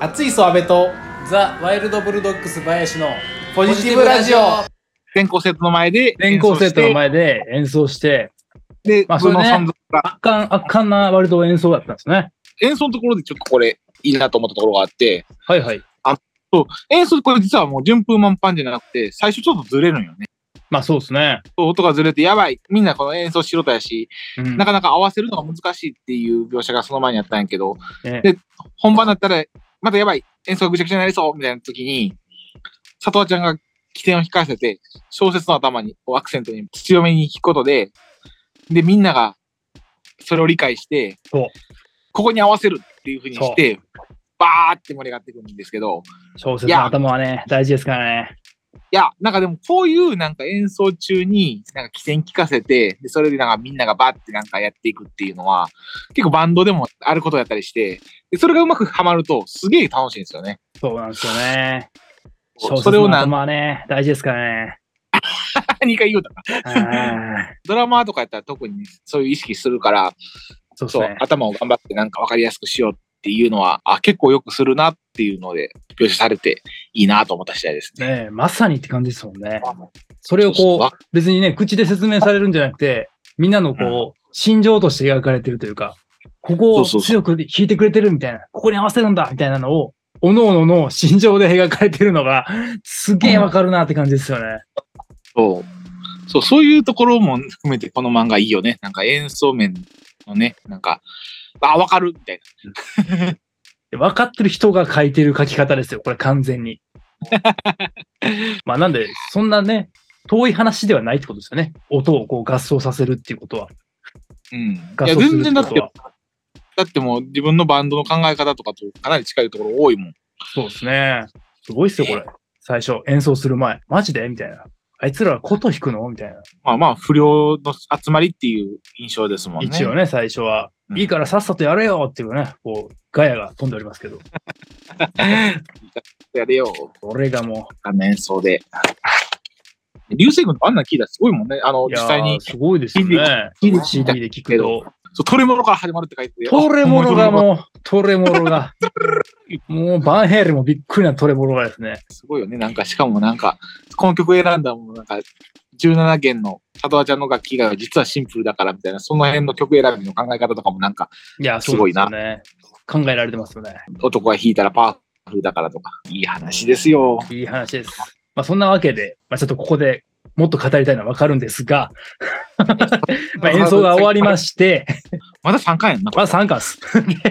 熱いソアベとザ・ワイルドブルドッグス林のポジティブラジオ。 全校生徒の前で全校生徒の前で演奏して、 で、 それね、 存続が圧巻な割と演奏だったんですね。 演奏のところでちょっとこれいいなと思ったところがあって、 はいはい。 演奏これ実はもう順風満帆じゃなくて、最初ちょっとずれるんよね。 まあそうですね。 音がずれてやばい。みんなこの演奏素人やし、なかなか合わせるのが難しいっていう描写がその前にあったんやけど、で、本番だったら、またやばい。演奏がぐちゃぐちゃになりそうみたいな時に、佐藤ちゃんが起点を引かせて、小説の頭に、アクセントに強めに弾くことで、で、みんながそれを理解して、ここに合わせるっていう風にして、バーって盛り上がっていくんですけど、 小説の頭はね、大事ですからね。 いや、なんかでもこういうなんか演奏中になんか起点聞かせて、でそれでなんかみんながバーってなんかやっていくっていうのは、結構バンドでもあることやったりして、でそれがうまくはまるとすげえ楽しいんですよね。 そうなんですよね。小説の頭はね、大事ですからね。 2回言うたか。ドラマーとかやったら特にそういう意識するから、そう頭を頑張ってなんか分かりやすくしようっていうのは、結構よくするなっていうので描写されていいなと思った次第ですね。 まさにって感じですもんね。それをこう、別にね、口で説明されるんじゃなくて、みんなのこう、心情として描かれてるというか、ここを強く弾いてくれてるみたいな、ここに合わせるんだみたいなのを、各々の心情で描かれてるのが、すげえわかるなって感じですよね。 そういうところも含めてこの漫画いいよね。なんか演奏面のね、なんか、わかるみたいな。 分かってる人が書いてる書き方ですよ、これ完全に。まあなんで、そんなね、遠い話ではないってことですよね。音をこう合奏させるっていうことは。 いや、全然だってもう自分のバンドの考え方とかとかなり近いところ多いもん。 そうですね。すごいっすよ、これ。最初、演奏する前。マジでみたいな。あいつらは琴弾くのみたいな。 まあ、不良の集まりっていう印象ですもんね。 一応ね、最初は。いいからさっさとやれよっていうね、こう、ガヤが飛んでおりますけど。 やれよ。 これがもう。演奏で。流星群とあんな聞いたらすごいもんね。実際に。 すごいですよね。CD で聞くと。 トレモロから始まるって書いてて。 トレモロがもうバンヘイレンもびっくりなトレモロがですね。 すごいよね。なんか、しかもなんか、この曲選んだもんなんか、17弦の佐藤ちゃんの楽器が実はシンプルだからみたいな、その辺の曲選びの考え方とかもなんか、すごいな。 ね、考えられてますよね。 男が弾いたらパワフルだからとか。いい話ですよ。 いい話です。まあそんなわけで、ちょっとここでもっと語りたいのはわかるんですが、演奏が終わりまして、 まだ3回やんな。 まだ3回です。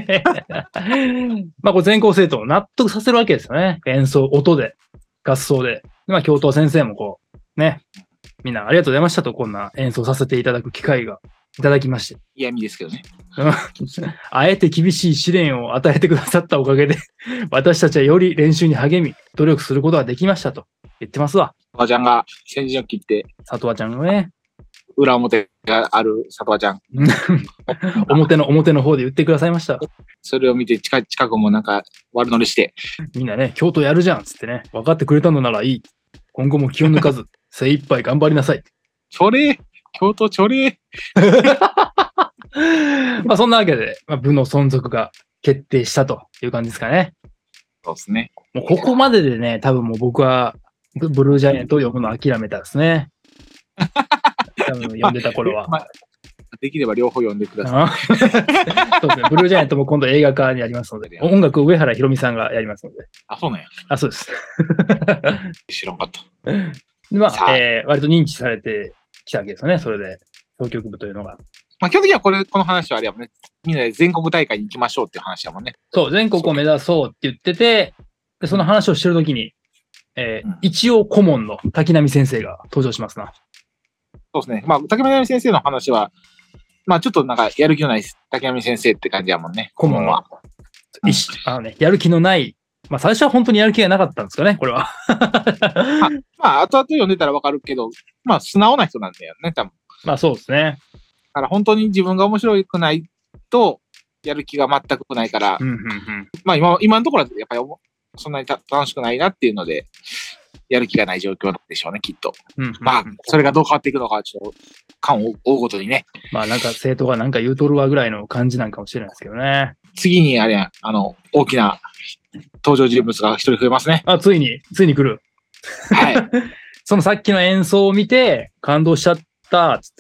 これ全校生徒を納得させるわけですよね。演奏、音で、合奏で。教頭先生もこう、ね、みんなありがとうございましたと、こんな演奏させていただく機会がいただきまして。 嫌味ですけどね。 あえて厳しい試練を与えてくださったおかげで、私たちはより練習に励み、努力することができましたと言ってますわ。 佐藤ちゃんが先陣を切って、 佐藤ちゃんがね、 裏表がある佐藤ちゃん。 表の方で言ってくださいました。 それを見て近くもなんか悪乗りして。 みんなね、京都やるじゃんっつってね、分かってくれたのならいい。今後も気を抜かず、精一杯頑張りなさい。 京都チョレそんなわけで、部の存続が決定したという感じですかね。 そうですね。 もうここまででね、多分もう僕はブルージャイアントを読むの諦めたですね。多分読んでた頃は。 できれば両方読んでください。 そうですね。ブルージャイアントも今度映画化になりますので、音楽上原ひろみさんがやりますので。 そうなんや。 そうです。 知らんかった。 で割と認知されてきたわけですよね、それで、総曲部というのが。 基本的にはこの話はあれやもんね、みんなで全国大会に行きましょうっていう話だもんね。 そう、全国を目指そうって言ってて、でその話をしてるときに、一応顧問の滝波先生が登場しますな。 そうですね。滝波先生の話は、ちょっとなんかやる気のない滝波先生って感じやもんね、顧問は。 やる気のない、最初は本当にやる気がなかったんですかね、これは。 後々読んでたらわかるけど、素直な人なんだよね、多分。 そうですね。 だから本当に自分が面白くないと、やる気が全くないから、今のところはやっぱりそんなに楽しくないなっていうので、 やる気がない状況でしょうね、きっと。 うんまあ、それがどう変わっていくのか、ちょっと、感を追うごとにね。 まあなんか生徒がなんか言うとるわぐらいの感じなんかもしれないですけどね。 次に、あれや、大きな登場人物が一人増えますね。 あ、ついに来る。 はい。 そのさっきの演奏を見て、感動しちゃった、つって。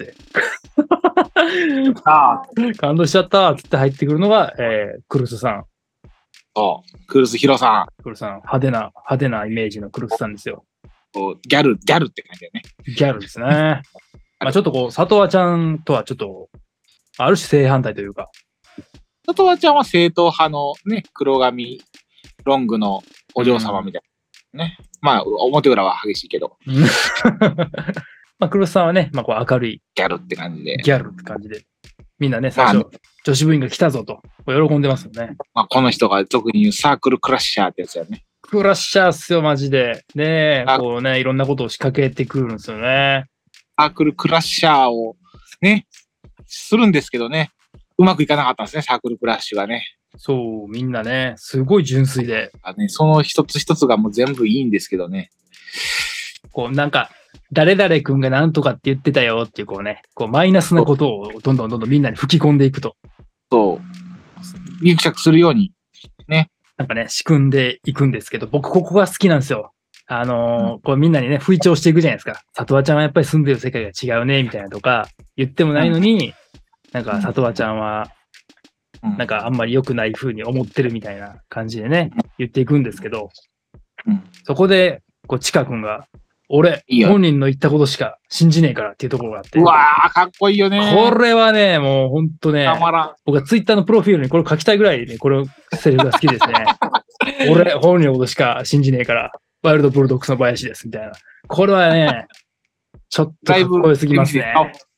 感動しちゃった、つって入ってくるのが、クルスさん。 そう。クルスヒロさん。 クルスさん。派手なイメージのクルスさんですよ。 ギャルって感じだよね。 ギャルですね。まあちょっとこう、里和ちゃんとはちょっと、ある種正反対というか。 里和ちゃんは正統派のね、黒髪、ロングのお嬢様みたいな。ね。まあ、表裏は激しいけど。 まあ、クルスさんはね、まあ、こう明るい。 ギャルって感じで。 ギャルって感じで。みんなね、最初、女子部員が来たぞと、喜んでますよね。 まあ、この人が特に言うサークルクラッシャーってやつやね。 クラッシャーっすよ、マジで。ねえ、こうね、いろんなことを仕掛けてくるんですよね。 サークルクラッシャーをね、するんですけどね、うまくいかなかったんですね、サークルクラッシュがね。 そう、みんなね、すごい純粋で。 その一つ一つがもう全部いいんですけどね。 こう、なんか、誰々君が何とかって言ってたよっていう、こうね、こう、マイナスなことをどんどんみんなに吹き込んでいくと。 そう。癒着するように、ね。 なんかね、仕組んでいくんですけど、僕、ここが好きなんですよ。こうみんなにね、吹聴していくじゃないですか。里和ちゃんはやっぱり住んでる世界が違うね、みたいなとか、言ってもないのに、なんか里和ちゃんは、なんかあんまり良くない風に思ってるみたいな感じでね、言っていくんですけど、そこで、こう、チカ君が、俺、本人の言ったことしか信じねえからっていうところがあって。 うわー、かっこいいよね。 これはね、もうほんとね、僕はツイッターのプロフィールにこれ書きたいぐらいね、これ、セリフが好きですね。俺、本人のことしか信じねえから、ワイルドブルドッグスの林です、みたいな。これはね、ちょっとかっこよすぎますね。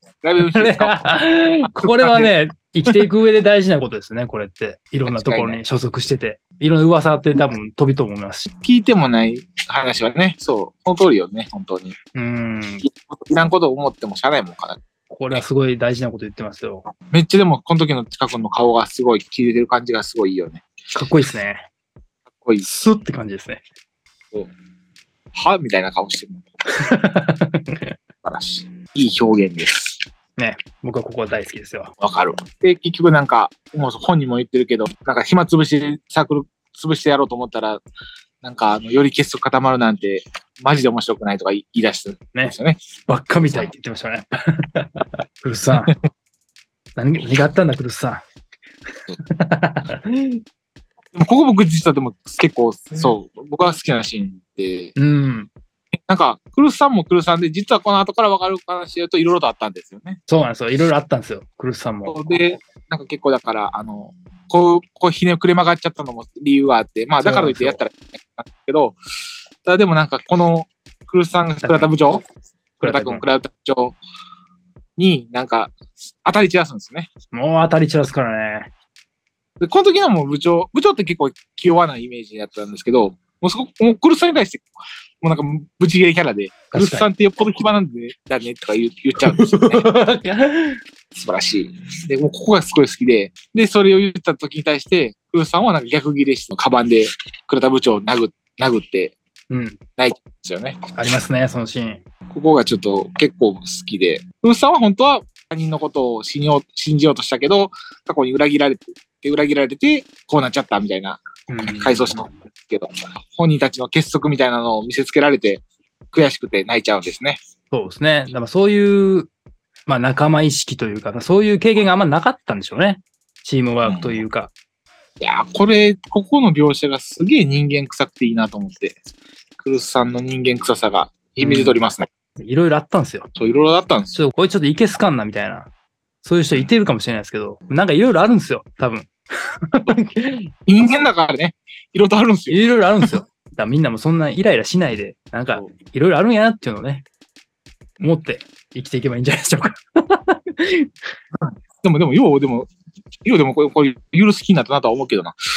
これはね、生きていく上で大事なことですね、これって。いろんなところに所属してて。いろんな噂って多分飛びと思いますし。 聞いてもない話はね、そう、その通りよね、本当に。いらんことを思ってもしゃあないもんかな。 これはすごい大事なこと言ってますよ。 めっちゃでも、この時の近くの顔がすごい切れてる感じがすごいいいよね。 かっこいいですね。 かっこいい。 スッって感じですね。 はみたいな顔してる。素晴らしい。いい表現です。 ね、僕はここは大好きですよ。 わかる。で、結局なんか、もう本人も言ってるけど、なんか暇つぶしでサークル潰してやろうと思ったら、なんかより結束固まるなんて、マジで面白くないとか言い出すんですよね。 ばっかみたいって言ってましたね。クルスさん。何があったんだ、クルスさん。 でもここ僕実はでも結構、そう、僕は好きなシーンで、なんか、クルスさんもクルスさんで、実はこの後から分かる話で言うといろいろとあったんですよね。 そうなんですよ。いろいろあったんですよ、クルスさんも。 で、なんか結構だから、こうひねくれ曲がっちゃったのも理由があって、まあだからといってやったらいいんですけど、ただでもなんかこのクルスさん、倉田部長になんか当たり散らすんですね。 もう当たり散らすからね。 で、この時のもう部長って結構気弱なイメージだったんですけど、もうクルスさんに対して、もうなんかブチギレキャラで、クルスさんってよっぽど暇なんでだねとか言っちゃうんですよね。素晴らしい。で、もうここがすごい好きで、で、それを言った時に対して、クルスさんはなんか逆ギレして、カバンで倉田部長を殴って、泣いてるんですよね。 ありますね、そのシーン。 ここがちょっと結構好きで、クルスさんは本当は他人のことを信じようとしたけど、過去に裏切られて、こうなっちゃったみたいな、回想したんですけど、本人たちの結束みたいなのを見せつけられて、悔しくて泣いちゃうんですね。 そうですね。だからそういう、まあ仲間意識というか、そういう経験があんまなかったんでしょうね。チームワークというか。 いや、ここの描写がすげえ人間臭くていいなと思って、クルスさんの人間臭さがイメージ取りますね。 いろいろあったんですよ。 そう、いろいろあったんですよ。 これちょっといけすかんなみたいな。そういう人いてるかもしれないですけど、なんかいろいろあるんですよ、多分。 人間だからね、いろいろあるんですよ。 いろいろあるんですよ。だからみんなもそんなイライラしないで、なんかいろいろあるんやなっていうのをね、思って生きていけばいいんじゃないでしょうか。 でもこれ許す気になったなとは思うけどな。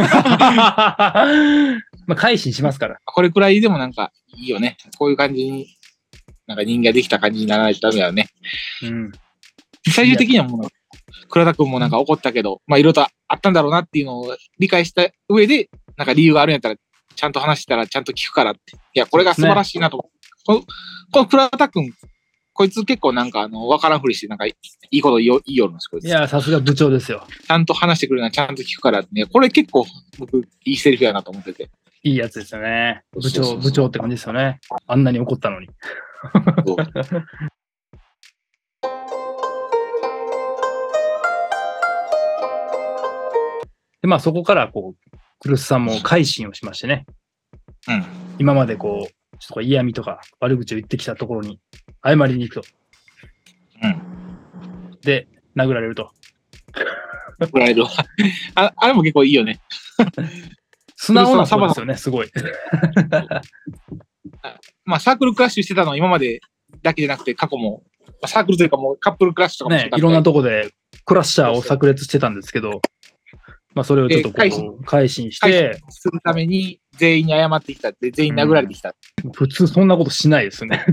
まあ改心しますから。 これくらいでもなんかいいよね。こういう感じに、なんか人間できた感じにならないとダメだよね。最終的にはもう、倉田くんもなんか怒ったけど、まあいろいろとあったんだろうなっていうのを理解した上で、なんか理由があるんやったらちゃんと話したらちゃんと聞くからって。いや、これが素晴らしいなと思う。この倉田くん、こいつ結構なんかわからんふりして、なんかいいこと言いよるんです、こいつ。 いや、さすが部長ですよ。 ちゃんと話してくれるのはちゃんと聞くからってね。これ結構僕、いいセリフやなと思ってて。 いいやつですよね。部長って感じですよね。あんなに怒ったのに。で、まあそこからこう、クルスさんも改心をしましてね。 うん。 今までこう、ちょっと嫌味とか悪口を言ってきたところに謝りに行くと。 うん。 で、殴られると。 殴られる。あれも結構いいよね。 素直な子ですよね、すごい。 まあサークルクラッシュしてたのは今までだけじゃなくて過去も、サークルというかもうカップルクラッシュとかもしてたね、いろんなとこでクラッシャーを炸裂してたんですけど、まあそれをちょっとこう改心して、 するために全員に謝ってきたって、全員殴られてきた。 普通そんなことしないですね。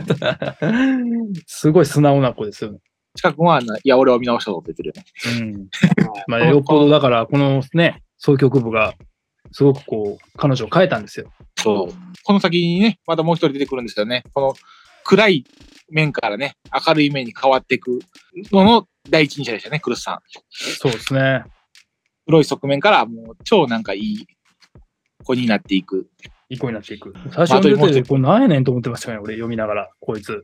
すごい素直な子ですよね。 近くは、いや、俺は見直したぞって言ってるよね。 うん。まあよっぽどだから、このね、総局部が、すごくこう、彼女を変えたんですよ。 そう。この先にね、またもう一人出てくるんですよね。この暗い面からね、明るい面に変わっていくのの第一人者でしたね、クルスさん。 そうですね。 黒い側面からもう超なんかいい子になっていく。 いい子になっていく。最初読んでて、これ何やねんと思ってましたね、俺読みながら、こいつ。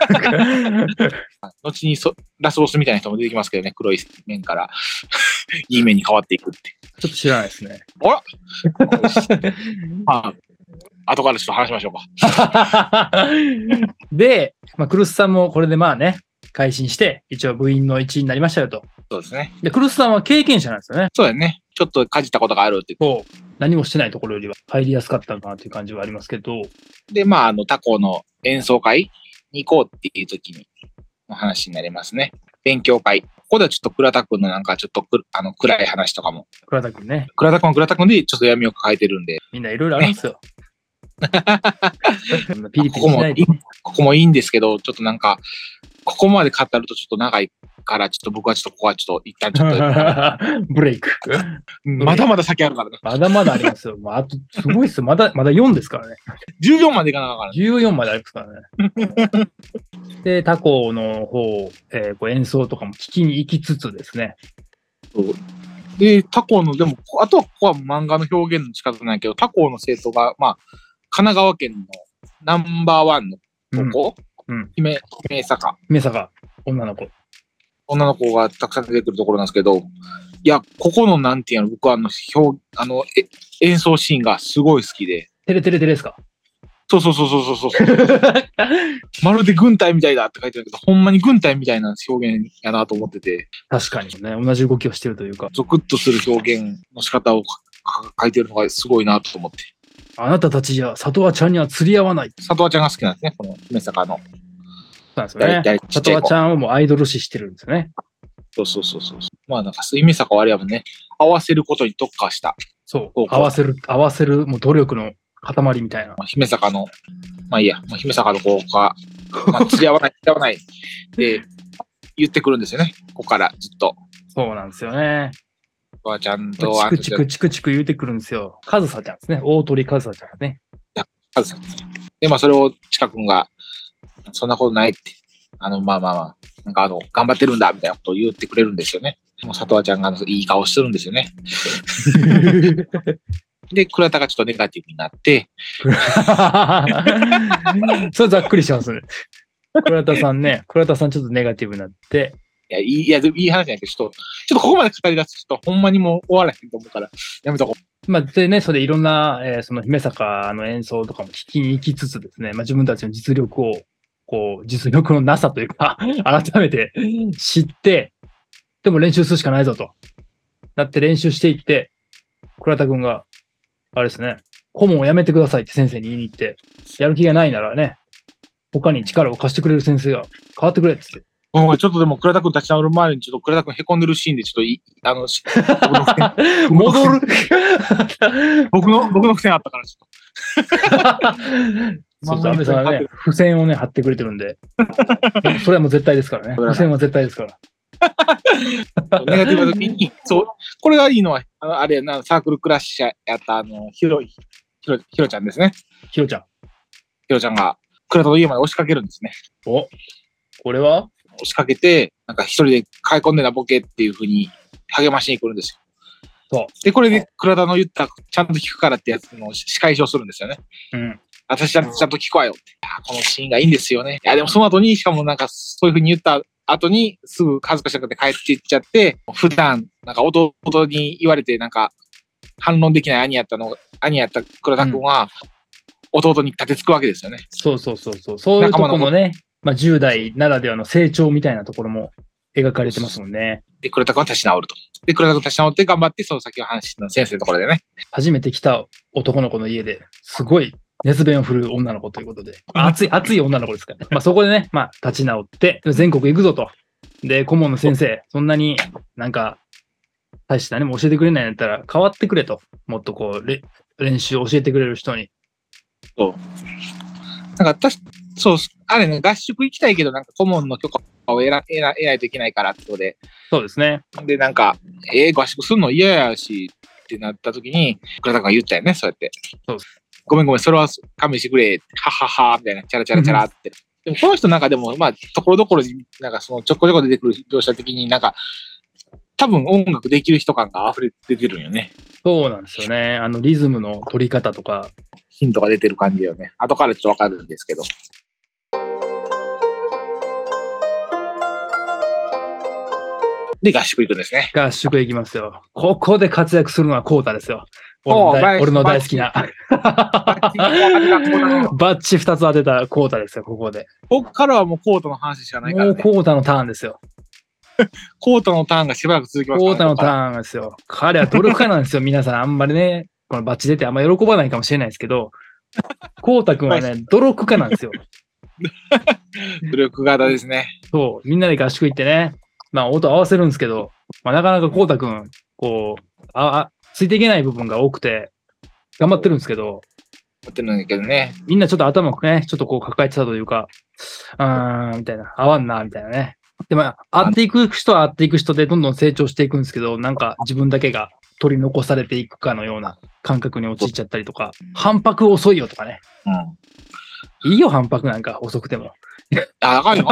後にラスボスみたいな人も出てきますけどね、黒い面からいい面に変わっていくって。 ちょっと知らないですね。 あらまあ、後からちょっと話しましょうか。 で、まあ、クルスさんもこれでまあね、改心して、一応部員の一員になりましたよと。 そうですね。 で、クルスさんは経験者なんですよね。 そうだよね。ちょっとかじったことがあるってそう。何もしてないところよりは入りやすかったのかなという感じはありますけど。 で、まあ、他校の演奏会に行こうっていう時にの話になりますね。勉強会。ここではちょっと倉田くんのなんかちょっと暗い話とかも。 倉田くんね。 倉田くんでちょっと闇を抱えてるんで。 みんないろいろあるんですよ。ピリピリしないで。 ここもいいんですけど、ちょっとなんか、ここまで語るとちょっと長いから、ちょっと僕はちょっとここはちょっと一旦ちょっと。 ブレイク。 まだまだ先あるからね。 まだまだありますよ。あと、すごいっすよ。まだ4ですからね。 14までいかなかったからね。14までありますからね。で、他校の方、こう演奏とかも聞きに行きつつですね。 そうで、他校の、でも、あとはここは漫画の表現の仕方ないけど、他校の生徒が、まあ、神奈川県のナンバーワンの高校、姫坂。 姫坂、女の子がたくさん出てくるところなんですけど、いや、ここのなんていうの、僕は演奏シーンがすごい好きで。 テレテレテレですか？ そう。まるで軍隊みたいだって書いてるけど、ほんまに軍隊みたいな表現やなと思ってて。 確かにね、同じ動きをしてるというか。 ゾクッとする表現の仕方を書いてるのがすごいなと思って。 あなたたちや里和ちゃんには釣り合わない。 里和ちゃんが好きなんですね、この姫坂の。 そうなんですよね。里和ちゃんをもうアイドル視してるんですよね。 そう。まあなんか、姫坂はあれやもんね、合わせることに特化した。 そう。合わせる、もう努力の塊みたいな。 姫坂の、まあいいや、姫坂の子が、まあ、釣り合わないって言ってくるんですよね、ここからずっと。 そうなんですよね。 ちゃんと。 チクチク言うてくるんですよ。かずさちゃんですね。大鳥かずさちゃんですね。 かずさ。で、まあそれを近くんが、そんなことないって、まあ、なんか頑張ってるんだみたいなことを言ってくれるんですよね。もう里和ちゃんがいい顔してるんですよね。で、倉田がちょっとネガティブになって。 それざっくりしますね。倉田さんちょっとネガティブになって。 いや、いい話じゃないけど、ちょっとここまで語り出すと、ほんまにもう終わらへんと思うから、やめとこう。 まあ、でね、それでいろんな、その姫坂の演奏とかも聞きに行きつつですね、まあ自分たちの実力を、実力のなさというか、改めて知って、でも練習するしかないぞと。なって練習していって、倉田くんが、あれですね、顧問を辞めてくださいって先生に言いに行って、やる気がないならね、他に力を貸してくれる先生が変わってくれって言って。 ちょっとでも倉田くん立ち直る前にちょっと倉田くんへこんでるシーンでちょっと戻る僕の付箋あったからちょっと。 そう、安部さんはね、付箋をね、貼ってくれてるんで。それはもう絶対ですからね。付箋は絶対ですから。 ネガティブな時に、そう、これがいいのは、あれやな、サークルクラッシャーやった、ヒロイひろちゃんですね。 ひろちゃん。 ひろちゃんが倉田の家まで押しかけるんですね。 お、これは押しかけて、なんか一人で買い込んでなボケっていう風に励ましに来るんですよ。 そう。 で、これで倉田の言ったちゃんと聞くからってやつの仕返しをするんですよね。 うん。 私ちゃんと聞くわよって。このシーンがいいんですよね。いや、でもその後に、しかもなんかそういう風に言った後に、すぐ恥ずかしくて帰っていっちゃって、普段、なんか弟に言われて、なんか反論できない兄やった倉田くんは、弟に立てつくわけですよね。 そう。そういうところのね、まあ10代ならではの成長みたいなところも描かれてますもんね。 で、倉田くんは立ち直ると。で、倉田くん立ち直って頑張って、その先の話の先生のところでね。 初めて来た男の子の家ですごい熱弁を振る女の子ということで、熱い女の子ですからね。まあそこでね、まあ立ち直って、全国行くぞと。で、顧問の先生、そんなになんか、大した何も教えてくれないんだったら変わってくれと。もっとこう、練習を教えてくれる人に。 そう。なんかそう、あれね、合宿行きたいけど、なんか顧問の許可を得ないといけないからってことで。 そうですね。 で、なんか、合宿すんの嫌やし、ってなった時に、倉田君が言ったよね、そうやって。 そうです。 ごめん、それは勘弁してくれ、ははは、みたいな、チャラチャラって。でも、この人なんかでも、まあ、ところどころに、なんかその、ちょこちょこ出てくる描写的になんか、多分音楽できる人感が溢れ出てるんよね。 そうなんですよね。リズムの取り方とか。 ヒントが出てる感じよね。後からちょっとわかるんですけど。で、合宿行くんですね。 合宿行きますよ。ここで活躍するのはコータですよ。俺の大好きな。バッチ2つ当てたコータですよ、ここで。 ここからはもうコータの話しかないからね。 もうコータのターンですよ。 コータのターンがしばらく続きますからね。 コータのターンですよ。彼は努力家なんですよ、皆さん。あんまりね、このバッチ出てあんま喜ばないかもしれないですけど、コータ君はね、努力家なんですよ。 努力型ですね。 そう、みんなで合宿行ってね、まあ音合わせるんですけど、まあなかなかコータ君、こう、ついていけない部分が多くて、頑張ってるんですけど、みんなちょっと頭をね、ちょっとこう抱えてたというか、みたいな、合わんな、みたいなね。で、まあ、会っていく人は会っていく人でどんどん成長していくんですけど、なんか自分だけが取り残されていくかのような感覚に陥っちゃったりとか、反拍遅いよとかね。いいよ、反拍なんか遅くても。 あかんよ。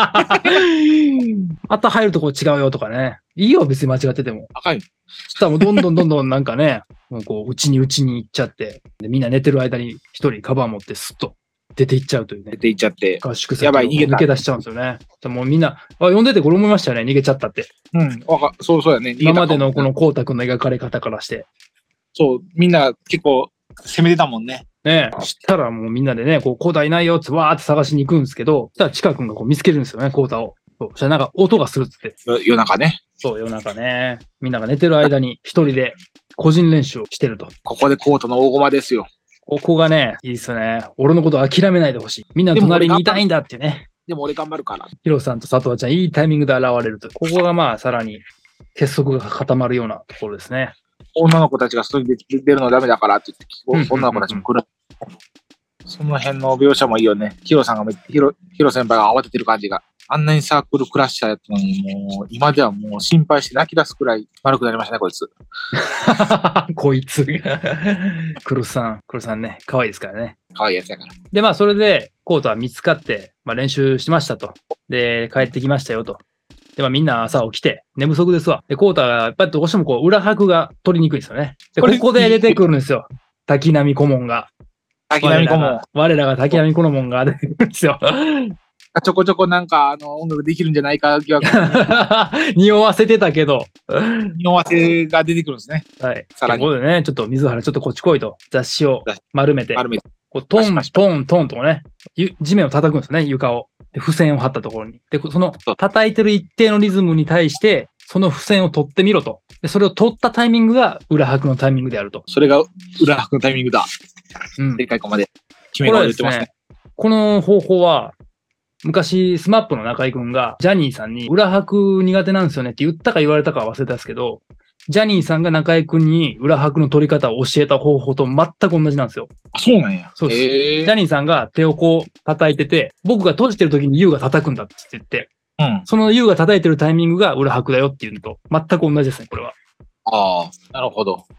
また入るとこ違うよとかね。いいよ、別に間違ってても。 あかんよ。 そしたらもうどんどんなんかね、もうこう、うちに行っちゃって、でみんな寝てる間に一人カバン持ってスッと出て行っちゃうというね。 出て行っちゃって。 合宿先を抜け出しちゃうんですよね。もうみんな、呼んでてこれ思いましたよね、逃げちゃったって。 そうやね。 今までのこの光太くんの描かれ方からして。 そう、みんな結構攻めてたもんね。 ねえ、したらもうみんなでね、こう、コータいないよってわーって探しに行くんですけど、そしたら近くんがこう見つけるんですよね、コータを。そう。そしたらなんか音がするっつって。 夜中ね。 そう、夜中ね。みんなが寝てる間に一人で個人練習をしてると。 ここでコータの大駒ですよ。 ここがね、いいっすよね。俺のこと諦めないでほしい。みんな隣にいたいんだってね。 でも俺頑張るから。 ヒロさんと佐藤ちゃん、いいタイミングで現れると。ここがまあ、さらに結束が固まるようなところですね。 女の子たちが外に出るのはダメだからって言って、女の子たちも来る。その辺の描写もいいよね。ヒロ先輩が慌ててる感じが。あんなにサークルクラッシャーやったのに、もう、今ではもう心配して泣き出すくらい丸くなりましたね、こいつ。 こいつ。黒さんね、可愛いですからね。 可愛いやつやから。 で、まあ、それで、コートは見つかって、まあ、練習しましたと。で、帰ってきましたよと。で、まあ、みんな朝起きて、寝不足ですわ。で、コートはやっぱりどうしてもこう、裏拍が取りにくいんですよね。で、ここで出てくるんですよ。滝波顧問が。 滝波顧問。 我らが滝波顧問が出てくるんですよ。 ちょこちょこなんか、音楽できるんじゃないか疑惑。 匂わせてたけど。 匂わせが出てくるんですね。 はい。 さらに。 ここでね、ちょっと水原ちょっとこっち来いと。雑誌を丸めて。こうトンとね、地面を叩くんですね、床を。で、付箋を貼ったところに。で、その叩いてる一定のリズムに対して、その付箋を取ってみろと。で、それを取ったタイミングが裏拍のタイミングであると。 それが裏拍のタイミングだ。でかい子まで決め顔で言ってますね。 この方法は、昔、スマップの中井くんが、ジャニーさんに、裏拍苦手なんですよねって言ったか言われたかは忘れたんですけど、ジャニーさんが中井くんに裏拍の取り方を教えた方法と全く同じなんですよ。 そうなんや。 そうです。ジャニーさんが手をこう叩いてて、僕が閉じてる時に YOU が叩くんだって言って、その YOU が叩いてるタイミングが裏拍だよっていうのと、全く同じですね、これは。 ああ、なるほど。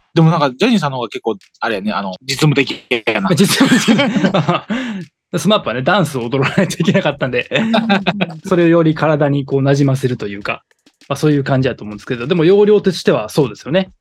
でもなんか、ジャニーさんの方が結構、あれやね、実務的やな。 実務的。スマップはね、ダンスを踊らないといけなかったんで、それをより体にこう馴染ませるというか、そういう感じだと思うんですけど、でも容量としてはそうですよね。